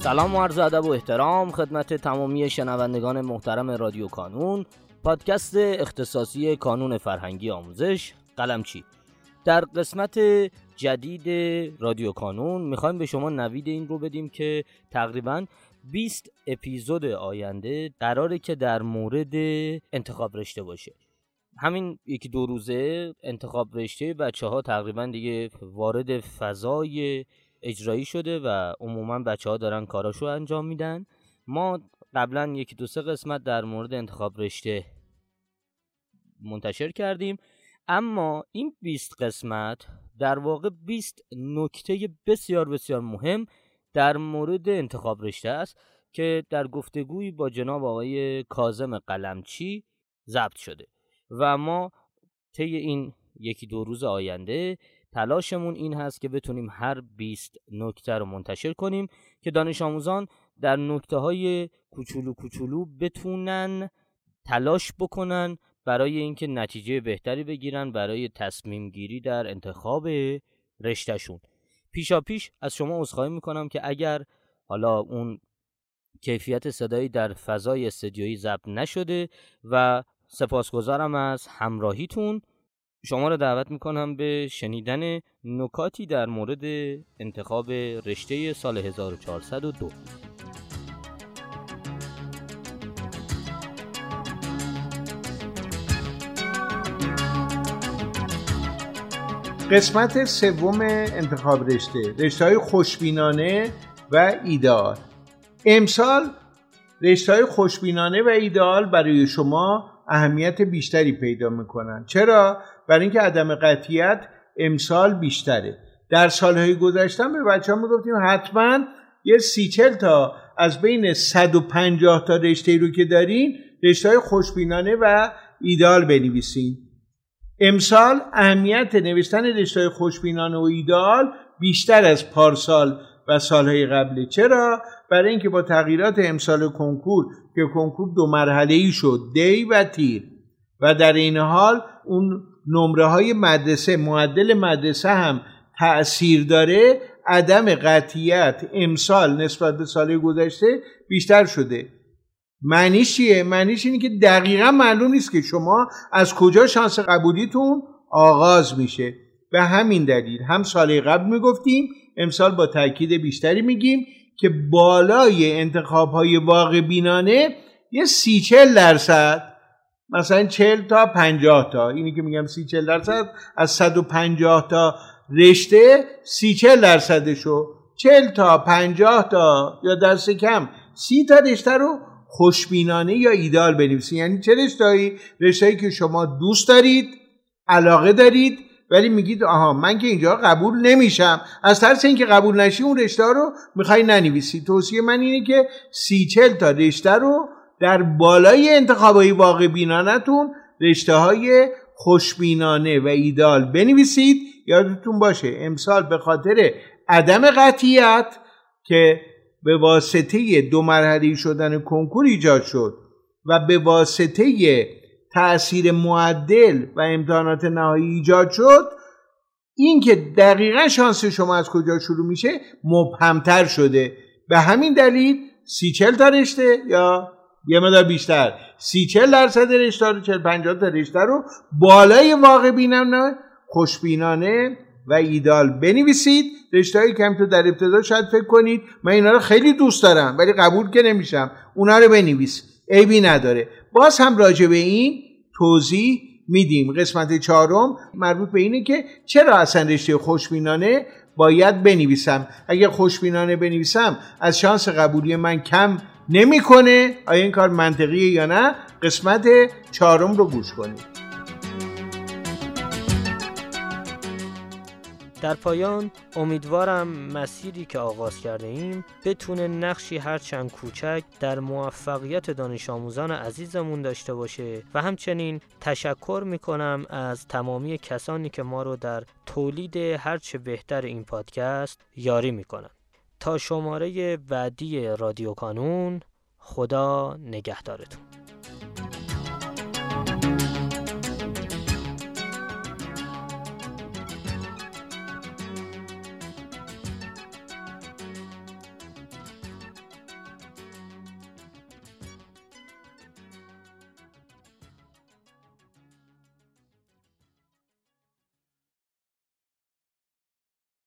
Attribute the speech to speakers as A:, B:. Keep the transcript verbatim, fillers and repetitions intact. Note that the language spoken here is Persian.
A: سلام و عرض ادب و احترام خدمت تمامی شنوندگان محترم رادیو کانون، پادکست اختصاصی کانون فرهنگی آموزش قلمچی. در قسمت جدید رادیو کانون میخوایم به شما نوید این رو بدیم که تقریباً بیست اپیزود آینده قراره که در مورد انتخاب رشته باشه. همین یکی دو روزه انتخاب رشته بچه ها تقریباً دیگه وارد فضای اجرایی شده و عموماً بچه ها دارن کاراشو انجام میدن. ما قبلا یکی دو سه قسمت در مورد انتخاب رشته منتشر کردیم، اما این بیست قسمت در واقع بیست نکته بسیار بسیار مهم در مورد انتخاب رشته است که در گفتگوی با جناب آقای کاظم قلمچی ضبط شده و ما طی این یکی دو روز آینده تلاشمون این هست که بتونیم هر بیست نکته رو منتشر کنیم که دانش آموزان در نکته‌های کوچولو کوچولو بتونن تلاش بکنن برای اینکه نتیجه بهتری بگیرن برای تصمیم گیری در انتخاب رشتهشون. پیشا پیش از شما عذرخواهی میکنم که اگر حالا اون کیفیت صدایی در فضای استودیویی ضبط نشده و سپاسگزارم از همراهیتون. شما رو دعوت میکنم به شنیدن نکاتی در مورد انتخاب رشته سال هزار و چهارصد و دو.
B: قسمت سوم انتخاب رشته، رشته‌های خوشبینانه و ایدئال. امسال رشته‌های خوشبینانه و ایدئال برای شما اهمیت بیشتری پیدا میکنن. چرا؟ برای اینکه عدم قطعیت امسال بیشتره. در سالهای گذشته به بچه‌ها میگفتیم حتما یه سی چل تا از بین صد و پنجاه تا رشته رو که دارین رشته‌های خوشبینانه و ایدئال بنویسین. امسال اهمیت نوشتن رشته‌های خوشبینانه و ایدئال بیشتر از پارسال و سالهای قبله. چرا؟ برای اینکه با تغییرات امسال کنکور که کنکور دو مرحله‌ای شد، دی و تیر، و در این حال اون نمره های مدرسه، معدل مدرسه هم تأثیر داره، عدم قطعیت امسال نسبت به سال گذشته بیشتر شده. معنیش چیه؟ معنیش اینه که دقیقا معلوم نیست که شما از کجا شانس قبولیتون آغاز میشه. به همین دلیل هم سال قبل میگفتیم، امسال با تاکید بیشتری میگیم که بالای انتخاب‌های واقع بینانه یه سی چل درصد، مثلا چل تا پنجاه تا، اینی که میگم سی چل درصد از صد و پنجاه تا رشته سی چل درصدشو چل تا پنجاه تا یا دست کم سی تا رشته رو خوشبینانه یا ایدئال بنویسید. یعنی چه رشته‌ای؟ رشته‌ای که شما دوست دارید، علاقه دارید، ولی میگید آها من که اینجا قبول نمیشم، از ترس اینکه قبول نشی اون رشته رو میخوای ننویسی. توصیه من اینه که سی چل تا رشته رو در بالای انتخابای واقع بینانتون رشته‌های خوشبینانه و ایدئال بنویسید. یادتون باشه امسال به خاطر عدم قطعیت که به واسطه دو مرحله‌ای شدن کنکور ایجاد شد و به واسطه تأثیر معدل و امتحانات نهایی ایجاد شد، این که دقیقا شانس شما از کجا شروع میشه مبهمتر شده. به همین دلیل سی چل تا رشته یا یه مقدار بیشتر سی چل درصد رشته رو، چل پنجاه تا رشته رو بالای واقع بینانه، خوشبینانه و ایدئال بنویسید. رشته‌هایی که همینطور در ابتدا شاید فکر کنید من اینا رو خیلی دوست دارم ولی قبول که نمیشم، اونا رو بنویس، عیبی نداره. باز هم راجع به این توضیح میدیم. قسمت چهارم مربوط به اینه که چرا اصلا رشته خوشبینانه باید بنویسم. اگه خوشبینانه بنویسم از شانس قبولی من کم نمیکنه؟ آیا این کار منطقیه یا نه؟ قسمت چهارم رو گوش کنید.
A: در پایان امیدوارم مسیری که آغاز کرده ایم بتونه نقشی هرچند کوچک در موفقیت دانش آموزان عزیزمون داشته باشه و همچنین تشکر میکنم از تمامی کسانی که ما رو در تولید هرچه بهتر این پادکست یاری میکنن. تا شماره بعدی رادیو کانون، خدا نگهدارتون.